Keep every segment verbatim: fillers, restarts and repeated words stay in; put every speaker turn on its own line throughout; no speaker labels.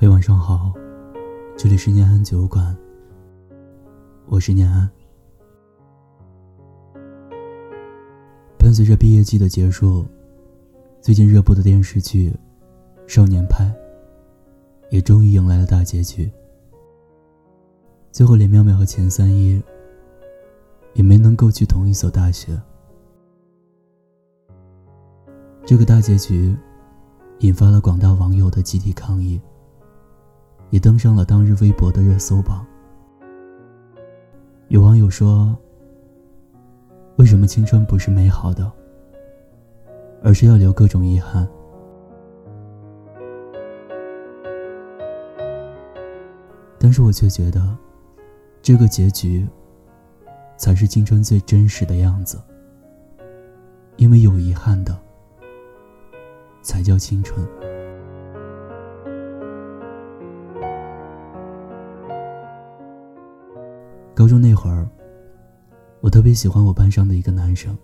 嘿，晚上好，这里是念安酒馆，我是念安。伴随着毕业季的结束，最近热播的电视剧《少年派》也终于迎来了大结局。最后连妙妙和钱三一也没能够去同一所大学。这个大结局引发了广大网友的集体抗议，也登上了当日微博的热搜榜。有网友说，为什么青春不是美好的，而是要留各种遗憾？但是我却觉得，这个结局才是青春最真实的样子，因为有遗憾的才叫青春。高中那会儿，我特别喜欢我班上的一个男生。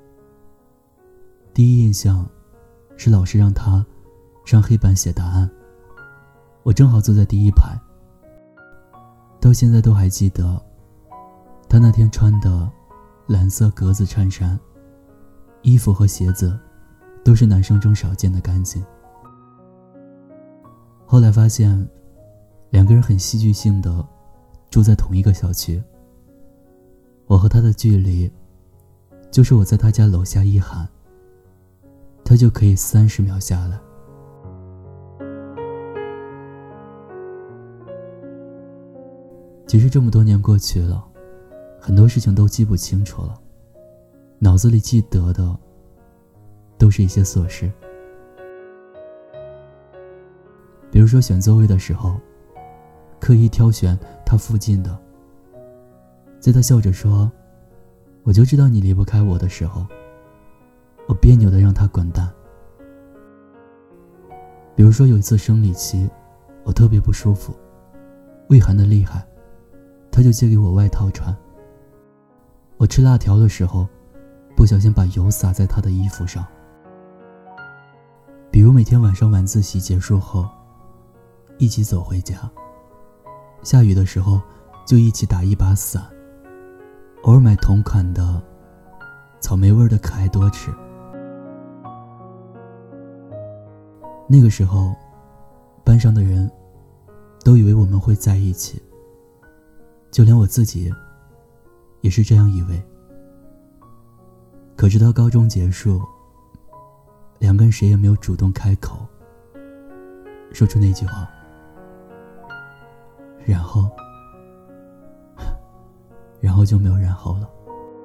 第一印象是老师让他上黑板写答案，我正好坐在第一排。到现在都还记得他那天穿的蓝色格子衬衫，衣服和鞋子都是男生中少见的干净。后来发现两个人很戏剧性的住在同一个小区，我和他的距离就是我在他家楼下一喊，他就可以三十秒下来。其实这么多年过去了，很多事情都记不清楚了，脑子里记得的都是一些琐事。比如说选座位的时候，刻意挑选他附近的，在他笑着说我就知道你离不开我的时候，我别扭地让他滚蛋。比如说有一次生理期，我特别不舒服，胃寒得厉害，他就借给我外套穿。我吃辣条的时候，不小心把油洒在他的衣服上。比如每天晚上晚自习结束后，一起走回家，下雨的时候就一起打一把伞，偶尔买同款的草莓味的可爱多吃。那个时候班上的人都以为我们会在一起，就连我自己也是这样以为。可直到高中结束，两个人谁也没有主动开口说出那句话，然后然后就没有然后了。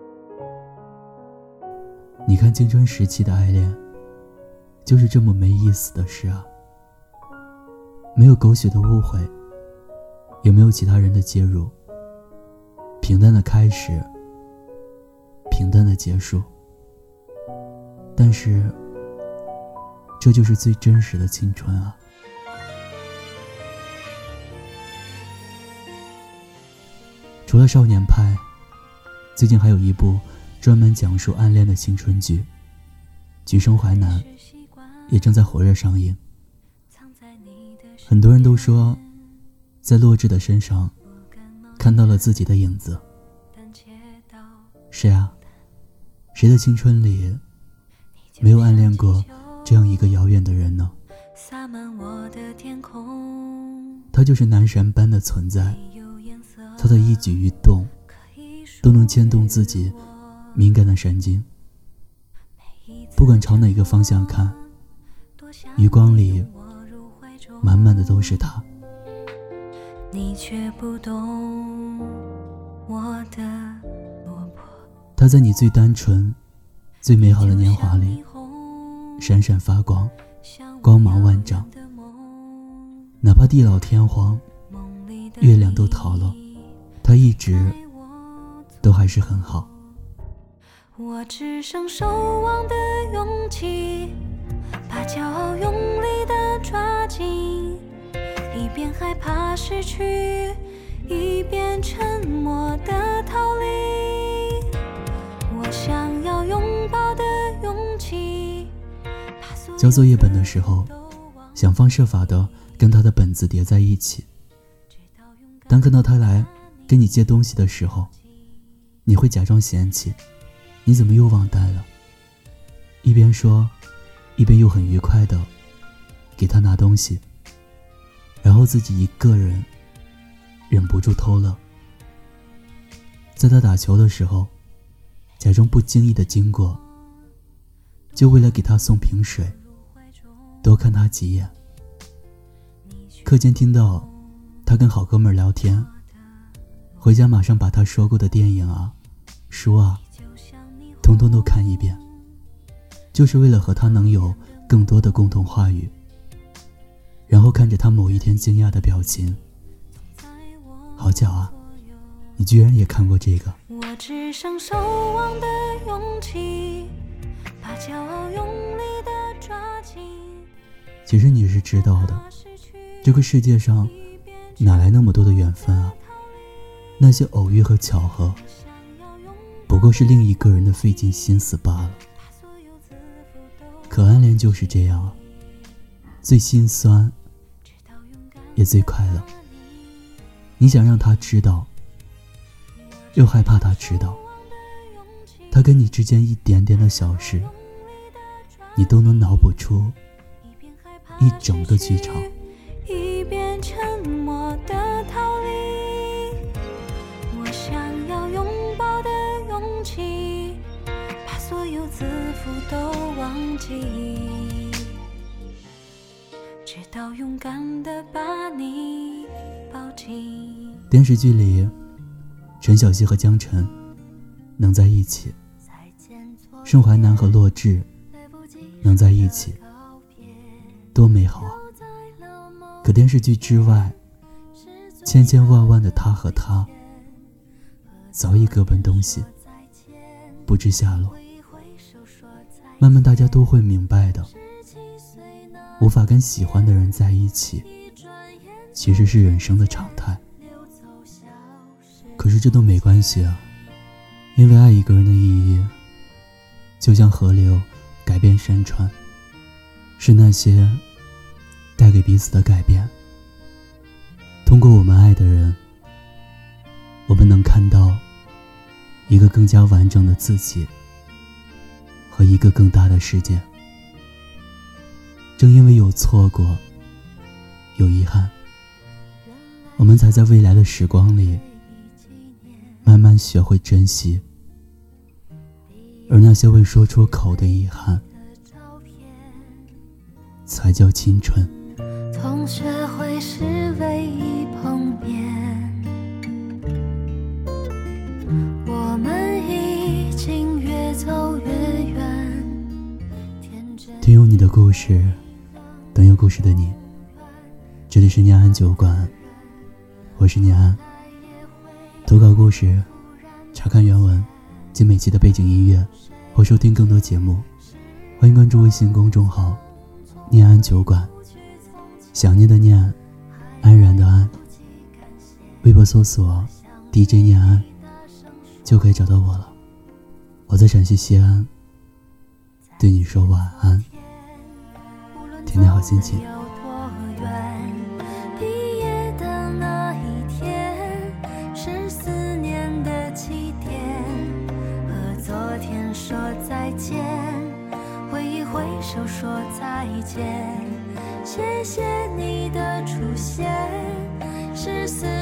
你看青春时期的爱恋就是这么没意思的事啊，没有狗血的误会，也没有其他人的介入，平淡的开始，平淡的结束。但是这就是最真实的青春啊。除了少年派，最近还有一部专门讲述暗恋的青春剧《橘生淮南》也正在火热上映。很多人都说在洛枳的身上看到了自己的影子。是啊，谁的青春里没有暗恋过这样一个遥远的人呢？他就是男神般的存在，他的一举一动都能牵动自己敏感的神经。不管朝哪个方向看，余光里满满的都是他。
你却不懂我的落魄，
他在你最单纯最美好的年华里闪闪发光，光芒万丈。哪怕地老天荒，月亮都逃了，他一直都还是很好。
我只剩守望的勇气，把骄傲用力地抓紧，一边害怕失去，一边沉默地逃离。我想要拥抱的勇气，
交作业本的时候，想方设法地跟他的本子叠在一起。当看到他来跟你借东西的时候，你会假装嫌弃，你怎么又忘带了？一边说，一边又很愉快的给他拿东西，然后自己一个人忍不住偷乐。在他打球的时候，假装不经意的经过，就为了给他送瓶水，多看他几眼。课间听到他跟好哥们聊天，回家马上把他说过的电影啊、书啊，通通都看一遍，就是为了和他能有更多的共同话语。然后看着他某一天惊讶的表情，好巧啊，你居然也看过这个。
我只剩守望的勇气，把骄傲用力地抓紧。
其实你是知道的，这个世界上哪来那么多的缘分啊？那些偶遇和巧合，不过是另一个人的费尽心思罢了。可暗恋就是这样啊，最心酸，也最快乐。你想让他知道，又害怕他知道，他跟你之间一点点的小事，你都能脑补出一整个剧场。
一边沉默的逃离，我想要拥抱的勇气，把所有自负都忘记，直到勇敢地把你抱紧。
电视剧里陈小希和江晨能在一起，盛淮南和洛枳能在一起，多美好啊！可电视剧之外，千千万万的他和她早已各奔东西，不知下落。慢慢大家都会明白的，无法跟喜欢的人在一起，其实是人生的常态。可是这都没关系啊，因为爱一个人的意义，就像河流改变山川，是那些带给彼此的改变。通过我们爱的人，我们能看到一个更加完整的自己和一个更大的世界。正因为有错过，有遗憾，我们才在未来的时光里慢慢学会珍惜，而那些未说出口的遗憾，才叫青春。
同学会是唯一碰面，我们已经越走越远。
听有你的故事，等有故事的你。这里是念安酒馆，我是念安。投稿故事，查看原文及每期的背景音乐，或收听更多节目，欢迎关注微信公众号念安酒馆，想念的念，安然的安。微博搜索 D J 念安就可以找到我了。我在陕西西安，对你说晚安，天天好心情。
毕业的那一天是思念的起点，和昨天说再见，挥一挥手说再见，谢谢你的出现，是思